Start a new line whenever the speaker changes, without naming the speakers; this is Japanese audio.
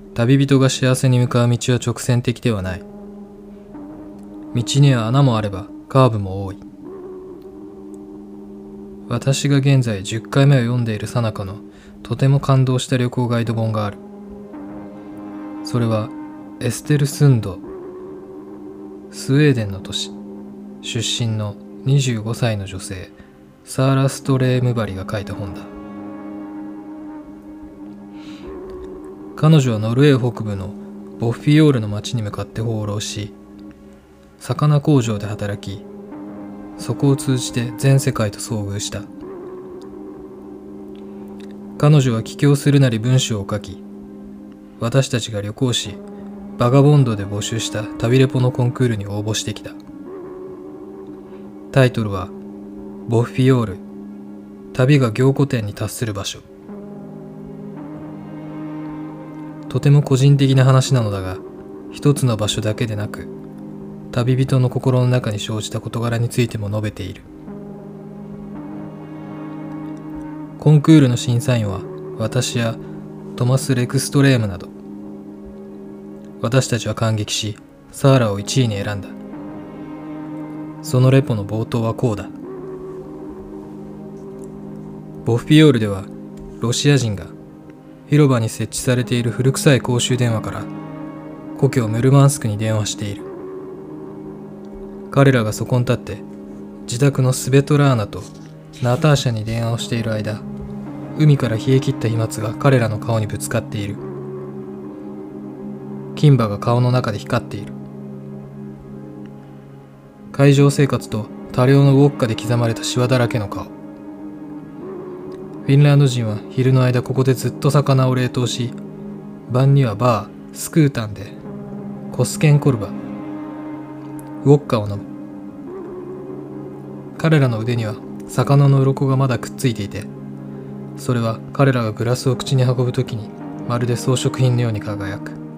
旅人が幸せに向かう道は直線的ではない。道には穴もあればカーブも多い。私が現在10回目を読んでいる最中のとても感動した旅行ガイド本がある。それはエステルスンド、スウェーデンの都市出身の25歳の女性サーラ・ストレームバリが書いた本だ。彼女はノルウェー北部のボッフィヨールの町に向かって放浪し、魚工場で働き、そこを通じて全世界と遭遇した。彼女は帰郷するなり文章を書き、私たちが旅行誌バガボンドで募集した旅レポのコンクールに応募してきた。タイトルはボッフィヨール、旅が凝固点に達する場所。とても個人的な話なのだが、一つの場所だけでなく、旅人の心の中に生じた事柄についても述べている。コンクールの審査員は私やトマス・レクストレームなど。私たちは感激し、サーラを1位に選んだ。そのレポの冒頭はこうだ。ボッフィヨールではロシア人が広場に設置されている古臭い公衆電話から故郷ムルマンスクに電話している。彼らがそこに立って自宅のスベトラーナとナターシャに電話をしている間、海から冷え切った飛沫が彼らの顔にぶつかっている。金歯が顔の中で光っている。海上生活と多量のウォッカで刻まれたシワだらけの顔。フィンランド人は昼の間ここでずっと魚を冷凍し、晩にはバー、スクータンでコスケンコルバ、ウォッカを飲む。彼らの腕には魚の鱗がまだくっついていて、それは彼らがグラスを口に運ぶときにまるで装飾品のように輝く。